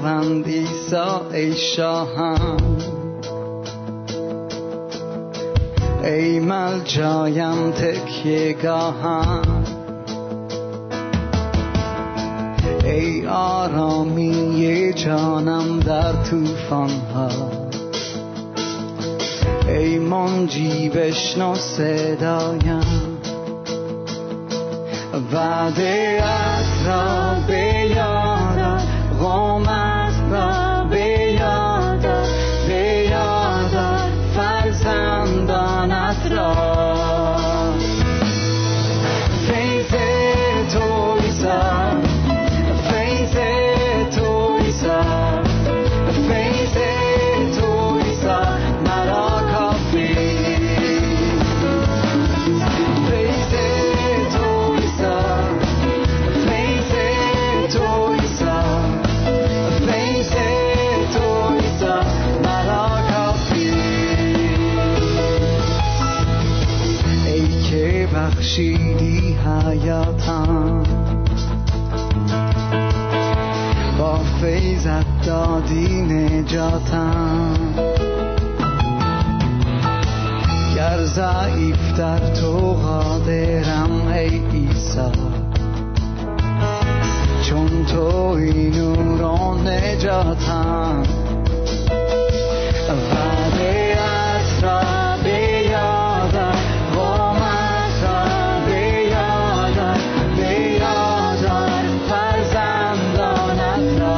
خداوند عیسی ای شاهم، ای ملجایم تکیه‌گاهم، ای آرامی جانم در طوفان‌ها، ای منجی بشنو صدایم، وعده‌ات را بیار، قومت را بیار، بیار فرزندانت را. فیض تو عیسی، فیض تو عیسی، فیض تو عیسی مرا کافی. فیض تو عیسی، فیض تو عیسی، فیض تو عیسی مرا کافی. ای که بخشیدی حیاتم، با فیضت دادی نجاتم، گر ضعیف در تو قادرم ای عیسی، چون تویی نور و نجاتم. وعده‌ات را بیادم، قومت را بیادم، بیادم فرزندانت را.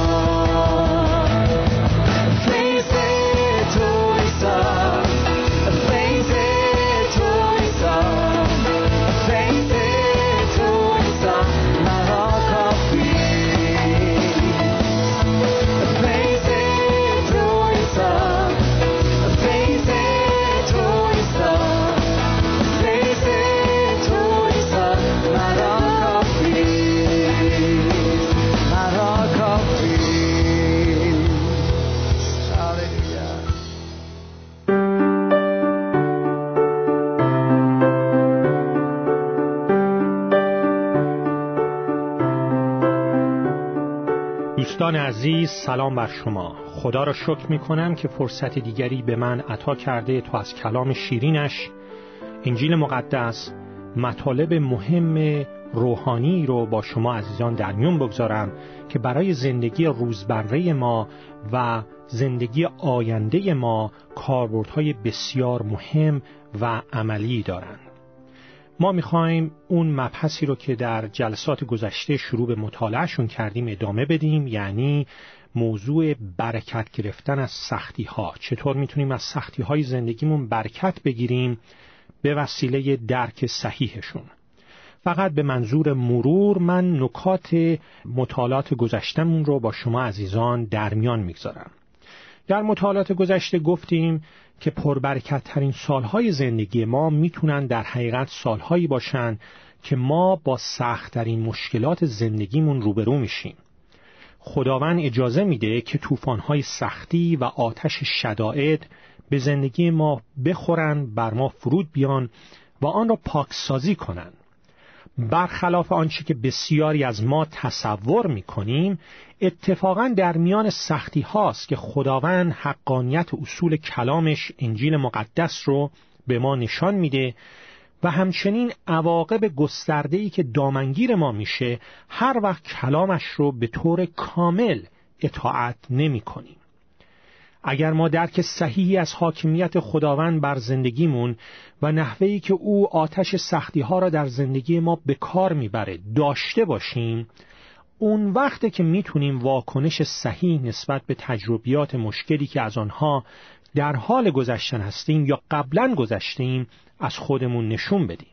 فیض تو عیسی، فیض تو عیسی، فیض تو عیسی مرا کافی. فیض تو عیسی، فیض تو عیسی، فیض تو عیسی مرا کافی، مرا کافی. هاللویا. دوستان عزیز، سلام بر شما. خدا را شکر می کنم که فرصت دیگری به من عطا کرده تا از کلام شیرینش، انجیل مقدس، مطالب مهم روحانی رو با شما عزیزان در میون بگذارم که برای زندگی روزمره ما و زندگی آینده ما کاربردهای بسیار مهم و عملی دارند. ما میخوایم اون مبحثی رو که در جلسات گذشته شروع به مطالعهشون کردیم ادامه بدیم، یعنی موضوع برکت گرفتن از سختی ها. چطور میتونیم از سختی های زندگیمون برکت بگیریم به وسیله درک صحیحشون. فقط به منظور مرور من نکات مطالعات گذشتمون رو با شما عزیزان در میان میگذارم. در مطالعات گذشته گفتیم که پربرکت ترین سالهای زندگی ما میتونن در حقیقت سالهایی باشن که ما با سخت ترین مشکلات زندگیمون روبرو میشیم. خداوند اجازه میده که طوفان‌های سختی و آتش شدائد به زندگی ما بخورن، بر ما فرود بیان و آن را پاکسازی کنن. برخلاف آنچه که بسیاری از ما تصور میکنیم، اتفاقاً در میان سختی هاست که خداوند حقانیت اصول کلامش انجیل مقدس رو به ما نشان میده و همچنین عواقب گسترده‌ای که دامنگیر ما میشه هر وقت کلامش رو به طور کامل اطاعت نمی کنیم. اگر ما درک صحیحی از حاکمیت خداوند بر زندگیمون و نحوهی که او آتش سختی ها را در زندگی ما به کار میبره داشته باشیم، اون وقته که میتونیم واکنش صحیح نسبت به تجربیات مشکلی که از آنها در حال گذشتن هستیم یا قبلا گذشتیم از خودمون نشون بدیم.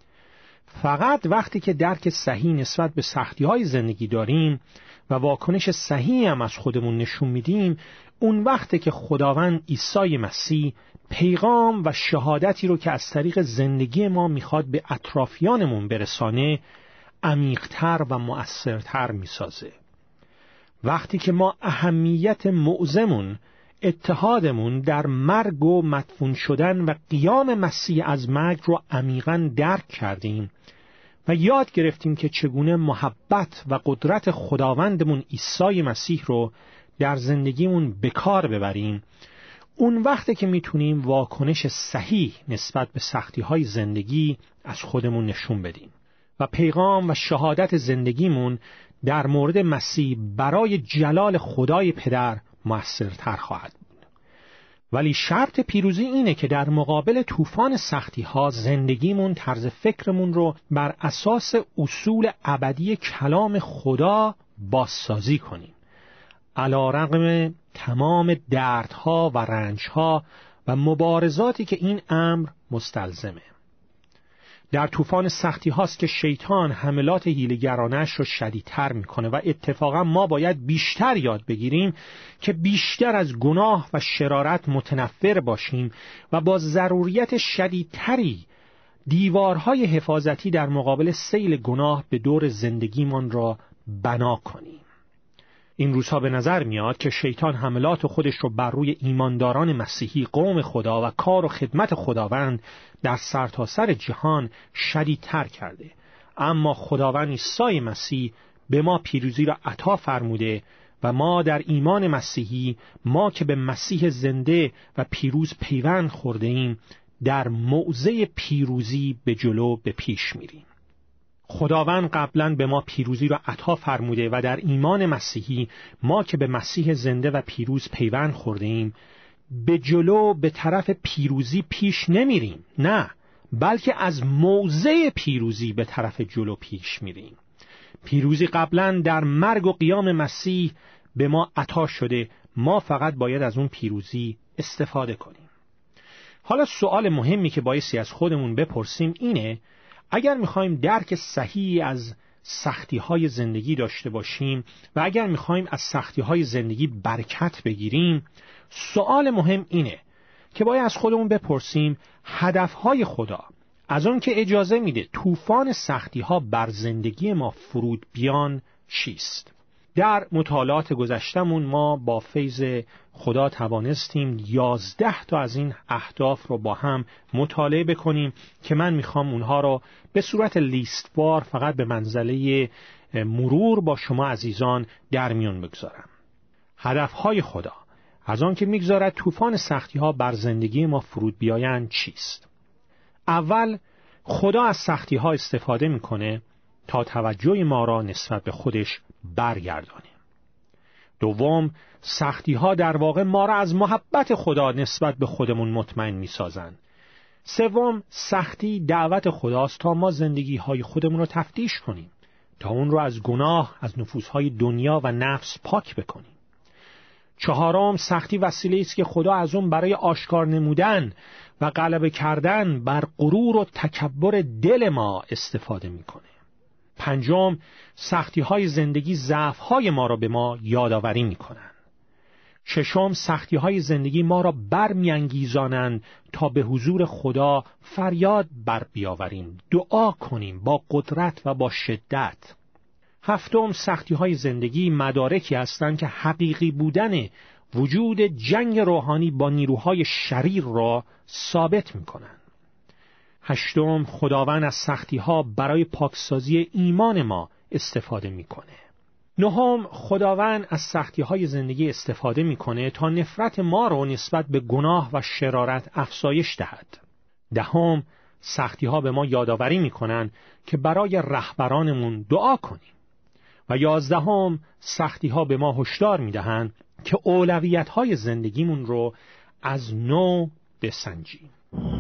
فقط وقتی که درک صحیح نسبت به سختی‌های زندگی داریم و واکنش صحیح هم از خودمون نشون میدیم، اون وقته که خداوند عیسی مسیح پیغام و شهادتی رو که از طریق زندگی ما میخواد به اطرافیانمون برسانه عمیق‌تر و مؤثرتر میسازه. وقتی که ما اهمیت معظمون، اتحادمون در مرگ و مدفون شدن و قیام مسیح از مرگ رو عمیقاً درک کردیم و یاد گرفتیم که چگونه محبت و قدرت خداوندمون عیسی مسیح رو در زندگیمون به کار ببریم، اون وقته که میتونیم واکنش صحیح نسبت به سختی‌های زندگی از خودمون نشون بدیم و پیغام و شهادت زندگیمون در مورد مسیح برای جلال خدای پدر مؤثرتر خواهد بود. ولی شرط پیروزی اینه که در مقابل طوفان سختی‌ها زندگیمون، طرز فکرمون رو بر اساس اصول ابدی کلام خدا بازسازی کنیم، علی‌رغم تمام دردها و رنجها و مبارزاتی که این امر مستلزمه. در طوفان سختی هاست که شیطان حملات حیله‌گرانش رو شدیدتر میکنه و اتفاقا ما باید بیشتر یاد بگیریم که بیشتر از گناه و شرارت متنفر باشیم و با ضروریت شدیدتری دیوارهای حفاظتی در مقابل سیل گناه به دور زندگیمان را بنا کنیم. این روزها به نظر میاد که شیطان حملات خودش رو بر روی ایمانداران مسیحی، قوم خدا و کار و خدمت خداوند در سرتاسر جهان شدیدتر کرده، اما خداوند عیسی مسیح به ما پیروزی را عطا فرموده و ما در ایمان مسیحی، ما که به مسیح زنده و پیروز پیوند خورده ایم، در موضع پیروزی به جلو به پیش میریم. خداوند قبلا به ما پیروزی را عطا فرموده و در ایمان مسیحی ما که به مسیح زنده و پیروز پیوند خورده ایم به جلو به طرف پیروزی پیش نمیریم، نه، بلکه از موضع پیروزی به طرف جلو پیش میریم. پیروزی قبلا در مرگ و قیام مسیح به ما عطا شده، ما فقط باید از اون پیروزی استفاده کنیم. حالا سوال مهمی که بایستی از خودمون بپرسیم اینه: اگر میخوایم درک صحیحی از سختی‌های زندگی داشته باشیم و اگر میخوایم از سختی‌های زندگی برکت بگیریم، سوال مهم اینه که باید از خودمون بپرسیم هدفهای خدا از اون که اجازه میده طوفان سختی‌ها بر زندگی ما فرود بیان چیست؟ در مطالعات گذشتمون ما با فیض خدا توانستیم 11 تا از این اهداف رو با هم مطالعه بکنیم که من میخوام اونها رو به صورت لیستوار فقط به منزله مرور با شما عزیزان در میون بگذارم. هدفهای خدا از آن که میگذارد طوفان سختی‌ها بر زندگی ما فرود بیایند چیست؟ اول، خدا از سختی‌ها استفاده میکنه تا توجه ما را نسبت به خودش برگردانه. دوم، سختی‌ها در واقع ما را از محبت خدا نسبت به خودمون مطمئن می‌سازند. سوم، سختی دعوت خداست تا ما زندگی‌های خودمون رو تفتیش کنیم، تا اون رو از گناه، از نفوذهای دنیا و نفس پاک بکنیم. چهارم، سختی وسیله است که خدا از اون برای آشکار نمودن و غلبه کردن بر غرور و تکبر دل ما استفاده می‌کنه. پنجم، سختی‌های زندگی ضعف‌های ما را به ما یادآوری می‌کنند. ششم، سختی‌های زندگی ما را برمی‌انگیزانند تا به حضور خدا فریاد بر بیاوریم، دعا کنیم با قدرت و با شدت. هفتم، سختی‌های زندگی مدارکی هستند که حقیقی بودن وجود جنگ روحانی با نیروهای شریر را ثابت می‌کنند. هشتم، خداوند از سختی‌ها برای پاکسازی ایمان ما استفاده می‌کنه. نهم، خداوند از سختی‌های زندگی استفاده می‌کنه تا نفرت ما رو نسبت به گناه و شرارت افزایش دهد. دهم، سختی‌ها به ما یادآوری می‌کنن که برای رهبرانمون دعا کنیم. و یازدهم، سختی‌ها به ما هشدار می‌دهند که اولویت‌های زندگیمون رو از نو بسنجیم.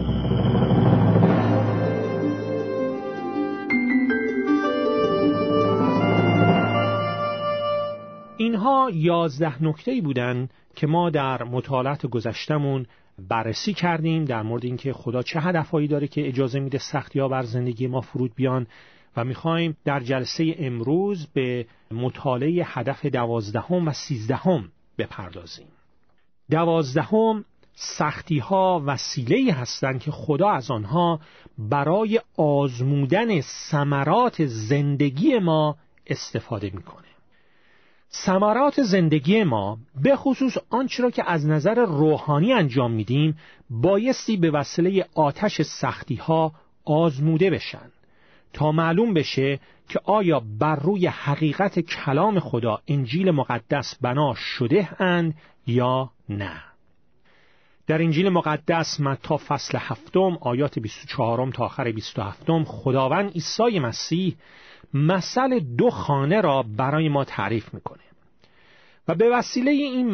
اینها 11 نکته‌ای بودن که ما در مطالعات گذشتمون بررسی کردیم در مورد اینکه خدا چه هدفهایی داره که اجازه میده سختی‌ها بر زندگی ما فرود بیان و میخوایم در جلسه امروز به مطالعه هدف 12 و 13 بپردازیم. 12، سختی‌ها وسیله‌ای هستند که خدا از آنها برای آزمودن ثمرات زندگی ما استفاده میکنه. ثمرات زندگی ما به خصوص آنچه را که از نظر روحانی انجام میدیم بایستی به وسیله آتش سختی‌ها آزموده بشن تا معلوم بشه که آیا بر روی حقیقت کلام خدا انجیل مقدس بنا شده اند یا نه. در انجیل مقدس متی فصل 7 آیات 24 تا آخر 27 خداوند عیسی مسیح مثل 2 خانه را برای ما تعریف میکنه و به وسیله این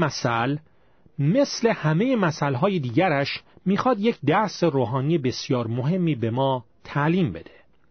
مثل همه مثلهای دیگرش میخواد یک درس روحانی بسیار مهمی به ما تعلیم بده.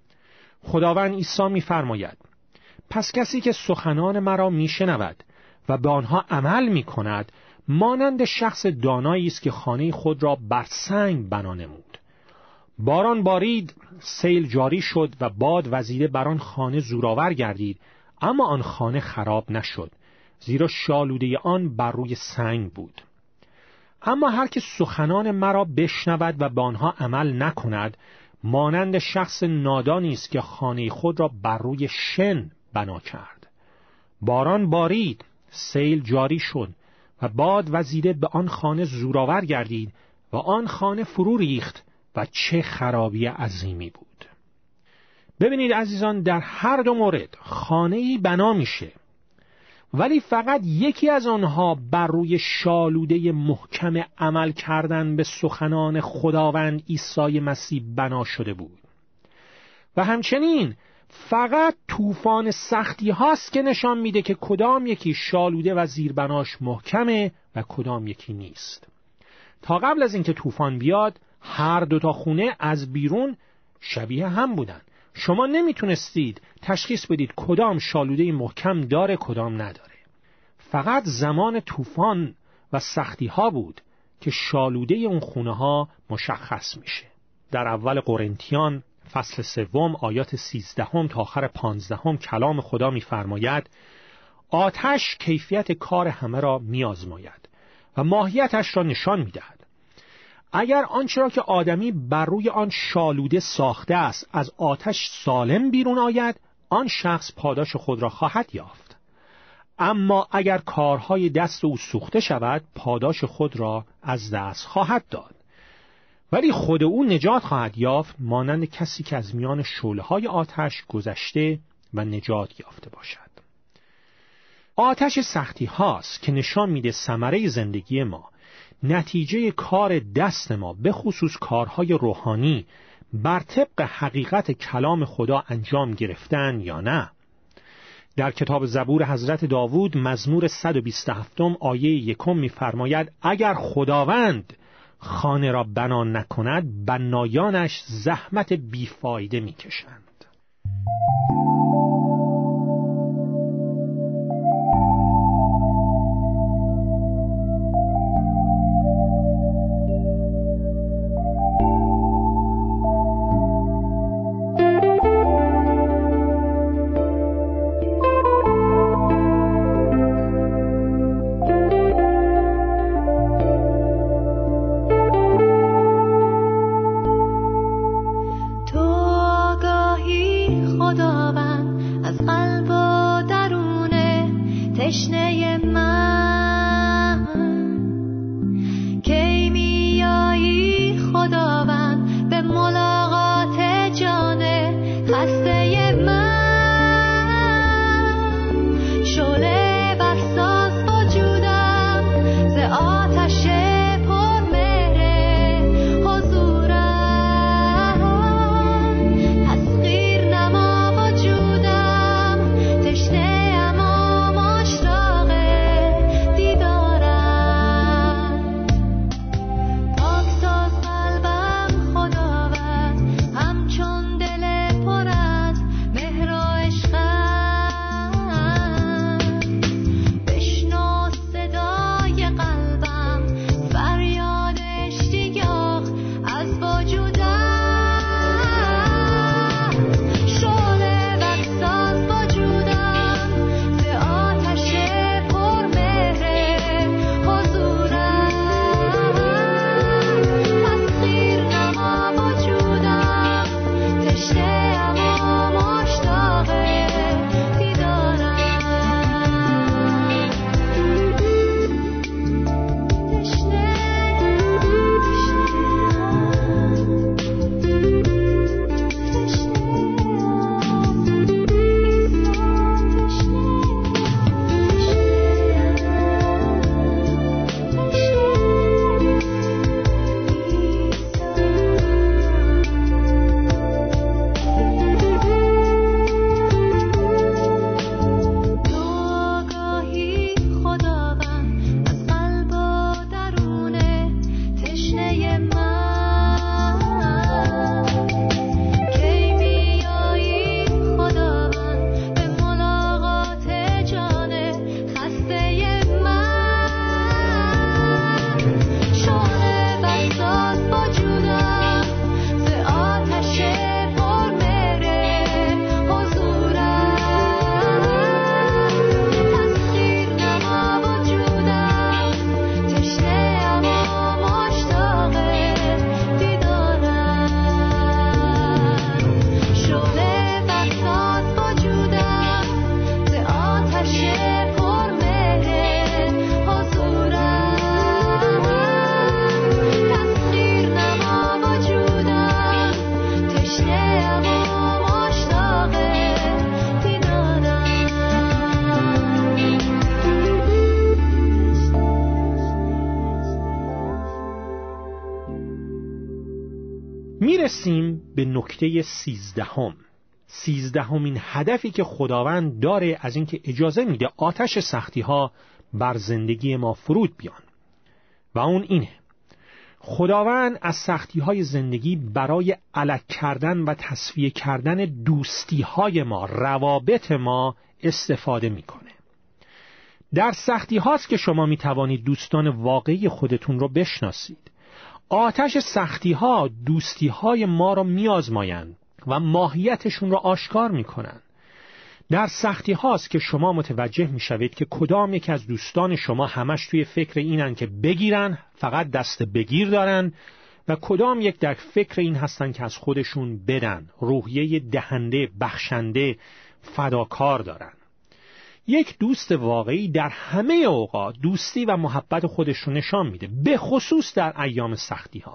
خداوند عیسی میفرماید پس کسی که سخنان مرا میشنود و به آنها عمل میکند مانند شخص دانایی است که خانه خود را بر سنگ بنا نمود. باران بارید، سیل جاری شد و باد وزیده بر آن خانه زورآور گردید، اما آن خانه خراب نشد، زیرا شالوده آن بر روی سنگ بود. اما هر که سخنان مرا بشنود و به آنها عمل نکند مانند شخص نادانی است که خانه خود را بر روی شن بنا کرد. باران بارید، سیل جاری شد و باد وزیده به آن خانه زورآور گردید و آن خانه فرو ریخت و چه خرابی عظیمی بود. ببینید عزیزان، در هر دو مورد خانه‌ای بنا میشه، ولی فقط یکی از آنها بر روی شالوده محکم عمل کردن به سخنان خداوند عیسی مسیح بنا شده بود. و همچنین فقط طوفان سختی هاست که نشان میده که کدام یکی شالوده و زیربناش محکمه و کدام یکی نیست. تا قبل از اینکه طوفان بیاد هر 2 خونه از بیرون شبیه هم بودن. شما نمیتونستید تشخیص بدید کدام شالوده محکم داره کدام نداره. فقط زمان طوفان و سختی ها بود که شالوده اون خونه ها مشخص میشه. در اول قرنتیان فصل 3 آیات 13 تا آخر 15 کلام خدا میفرماید آتش کیفیت کار همه را میآزماید و ماهیتش را نشان میدهد. اگر آنچه را که آدمی بر روی آن شالوده ساخته است از آتش سالم بیرون آید، آن شخص پاداش خود را خواهد یافت. اما اگر کارهای دست او سوخته شود، پاداش خود را از دست خواهد داد. ولی خود او نجات خواهد یافت، مانند کسی که از میان شعله‌های آتش گذشته و نجات یافته باشد. آتش سختی هاست که نشان میده ثمره زندگی ما، نتیجه کار دست ما، به خصوص کارهای روحانی، بر طبق حقیقت کلام خدا انجام گرفتن یا نه. در کتاب زبور حضرت داوود مزمور 127 آیه 1 می‌فرماید اگر خداوند خانه را بنا نکند بنایانش زحمت بیفایده می‌کشند. خداوند میرسیم به نکته 13. 13مین هدفی که خداوند داره از اینکه اجازه میده آتش سختی ها بر زندگی ما فرود بیان و اون اینه: خداوند از سختی های زندگی برای الگ کردن و تصفیه کردن دوستی های ما، روابط ما استفاده میکنه. در سختی هاست که شما میتوانید دوستان واقعی خودتون رو بشناسید. آتش سختی ها دوستی های ما رو میآزمایند و ماهیتشون رو آشکار میکنن. در سختی هاست که شما متوجه میشوید که کدام یک از دوستان شما همش توی فکر اینن که بگیرن، فقط دست بگیر دارن، و کدام یک در فکر این هستن که از خودشون بدن، روحیه دهنده، بخشنده، فداکار دارن. یک دوست واقعی در همه اوقات دوستی و محبت خودش رو نشان میده، به خصوص در ایام سختی ها.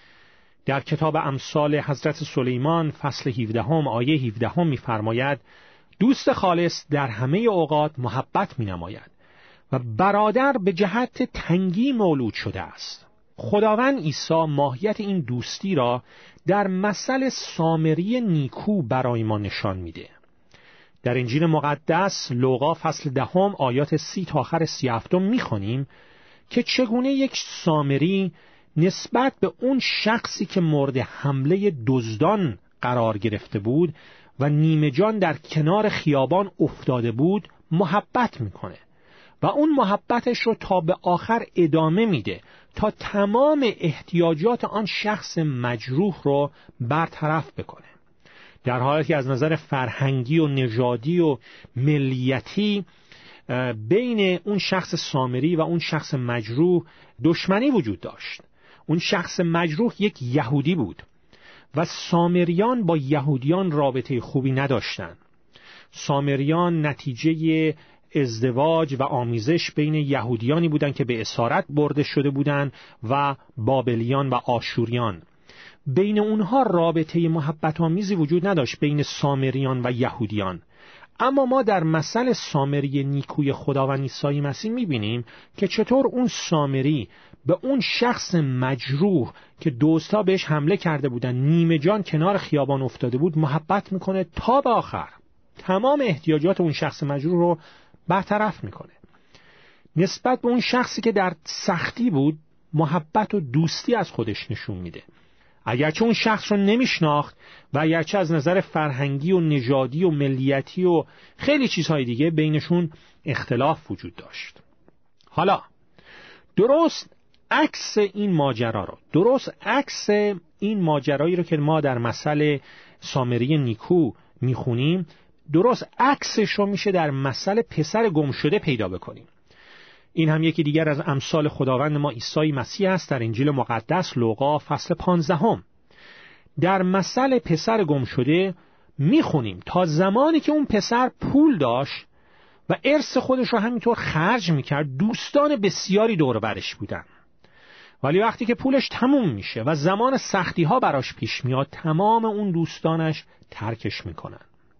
در کتاب امثال حضرت سلیمان فصل 17 آیه 17 می‌فرماید: دوست خالص در همه اوقات محبت می‌نماید و برادر به جهت تنگی مولود شده است. خداوند عیسی ماهیت این دوستی را در مثل سامری نیکو برای ما نشان میده. در انجیل مقدس لوقا فصل 10 آیات 30 تا آخر 37 می‌خوانیم که چگونه یک سامری نسبت به اون شخصی که مورد حمله دزدان قرار گرفته بود و نیمه جان در کنار خیابان افتاده بود محبت میکنه و اون محبتش رو تا به آخر ادامه میده تا تمام احتیاجات آن شخص مجروح رو برطرف بکنه. در حالی که از نظر فرهنگی و نژادی و ملیتی بین اون شخص سامری و اون شخص مجروح دشمنی وجود داشت. اون شخص مجروح یک یهودی بود و سامریان با یهودیان رابطه خوبی نداشتند. سامریان نتیجه ازدواج و آمیزش بین یهودیانی بودند که به اسارت برده شده بودند و بابلیان و آشوریان. بین اونها رابطه محبت آمیزی وجود نداشت بین سامریان و یهودیان. اما ما در مثل سامری نیکوی خداوند عیسی مسیح می‌بینیم که چطور اون سامری به اون شخص مجروح که دوستا بهش حمله کرده بودن، نیمه جان کنار خیابان افتاده بود، محبت میکنه تا به آخر تمام احتیاجات اون شخص مجروح رو برطرف میکنه. نسبت به اون شخصی که در سختی بود محبت و دوستی از خودش نشون میده، اگرچه اون شخص رو نمیشناخت و اگرچه از نظر فرهنگی و نژادی و ملیتی و خیلی چیزهای دیگه بینشون اختلاف وجود داشت. حالا درست عکس این ماجرایی رو که ما در مثل سامری نیکو میخونیم، درست عکسش رو میشه در مثل پسر گم شده پیدا بکنیم. این هم یکی دیگر از امثال خداوند ما عیسی مسیح است در انجیل مقدس لوقا فصل 15. در مثل پسر گم شده میخونیم تا زمانی که اون پسر پول داشت و ارث خودش رو همینطور خرج میکرد، دوستان بسیاری دور برش بودن. ولی وقتی که پولش تموم میشه و زمان سختی ها براش پیش میاد، تمام اون دوستانش ترکش میکنن.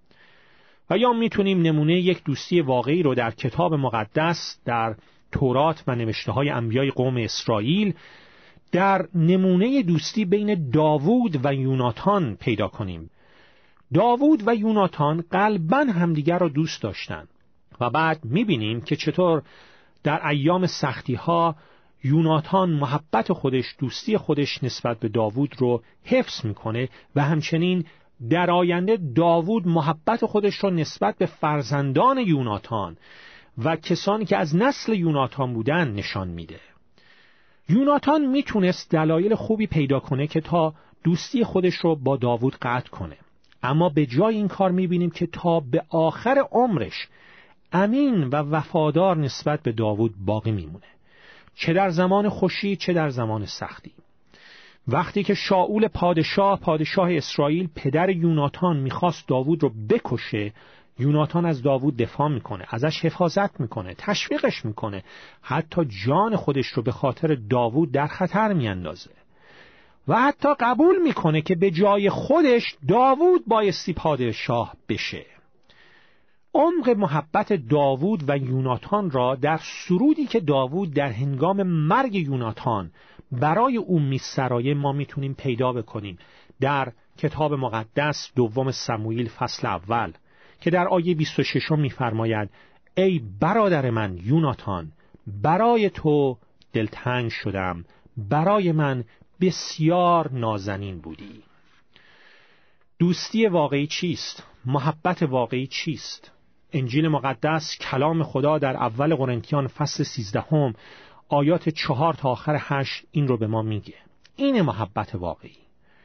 و یا میتونیم نمونه یک دوستی واقعی رو در کتاب مقدس، در تورات و نوشته های انبیای قوم اسرائیل، در نمونه دوستی بین داوود و یوناتان پیدا کنیم. داوود و یوناتان قلباً همدیگر رو دوست داشتن و بعد میبینیم که چطور در ایام سختی ها یوناتان محبت خودش، دوستی خودش نسبت به داوود رو حفظ میکنه و همچنین در آینده داوود محبت خودش رو نسبت به فرزندان یوناتان و کسانی که از نسل یوناتان بودن نشان میده. یوناتان میتونست دلایل خوبی پیدا کنه که تا دوستی خودش رو با داوود قطع کنه، اما به جای این کار میبینیم که تا به آخر عمرش امین و وفادار نسبت به داوود باقی میمونه، چه در زمان خوشی چه در زمان سختی. وقتی که شاول پادشاه اسرائیل پدر یوناتان میخواست داوود رو بکشه، یوناتان از داوود دفاع میکنه، ازش حفاظت میکنه، تشویقش میکنه، حتی جان خودش رو به خاطر داوود در خطر میاندازه و حتی قبول میکنه که به جای خودش داوود بایستی پادشاه بشه. عمق محبت داوود و یوناتان را در سرودی که داوود در هنگام مرگ یوناتان برای او میسرایه ما میتونیم پیدا بکنیم. در کتاب مقدس دوم سموئیل فصل اول که در آیه 26 می‌فرماید ای برادر من یوناتان، برای تو دلتنگ شدم، برای من بسیار نازنین بودی. دوستی واقعی چیست؟ محبت واقعی چیست؟ انجیل مقدس کلام خدا در اول قرنتیان فصل 13 آیات 4 تا آخر 8 این رو به ما میگه. این محبت واقعی.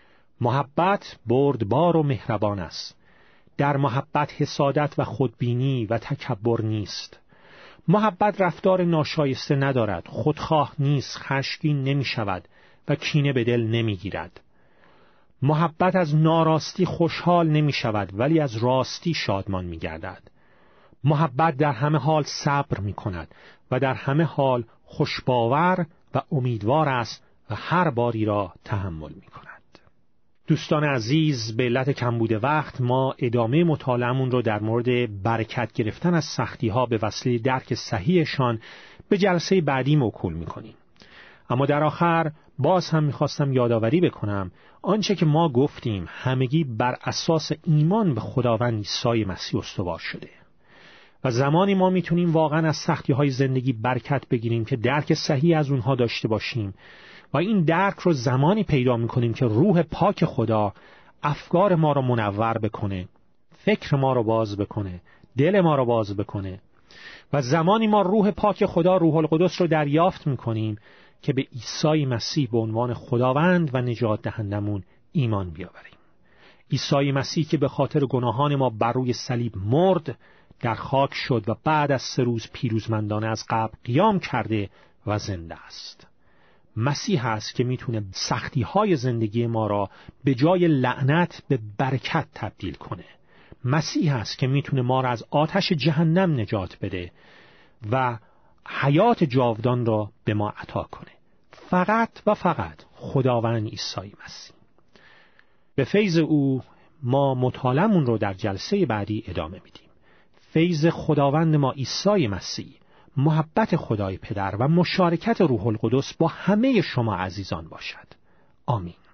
محبت بردبار و مهربان است. در محبت حسادت و خودبینی و تکبر نیست. محبت رفتار ناشایسته ندارد، خودخواه نیست، خشمگین نمی شود و کینه به دل نمی گیرد. محبت از ناراستی خوشحال نمی شود ولی از راستی شادمان می گردد. محبت در همه حال صبر می کند و در همه حال خوشباور و امیدوار است و هر باری را تحمل می کند. دوستان عزیز، به علت کمبود وقت ما ادامه مطالعه‌مون رو در مورد برکت گرفتن از سختی‌ها به وسیله درک صحیحشان به جلسه بعدی موکول می‌کنیم. اما در آخر باز هم می‌خواستم یادآوری بکنم آنچه که ما گفتیم همگی بر اساس ایمان به خداوند عیسی مسیح استوار شده و زمانی ما می‌تونیم واقعاً از سختی‌های زندگی برکت بگیریم که درک صحیح از اونها داشته باشیم و این درک رو زمانی پیدا می‌کنیم که روح پاک خدا افکار ما رو منور بکنه، فکر ما رو باز بکنه، دل ما رو باز بکنه و زمانی ما روح پاک خدا، روح القدس رو دریافت می‌کنیم که به عیسی مسیح به عنوان خداوند و نجات دهندمون ایمان بیاوریم. عیسی مسیح که به خاطر گناهان ما بر روی صلیب مرد، در خاک شد و بعد از 3 روز پیروزمندانه از قبر قیام کرده و زنده است. مسیح است که میتونه سختی‌های زندگی ما را به جای لعنت به برکت تبدیل کنه. مسیح است که میتونه ما را از آتش جهنم نجات بده و حیات جاودان را به ما عطا کنه. فقط و فقط خداوند عیسی مسیح. به فیض او ما مطالعه‌مون رو در جلسه بعدی ادامه میدیم. فیض خداوند ما عیسی مسیح، محبت خدای پدر و مشارکت روح القدس با همه شما عزیزان باشد. آمین.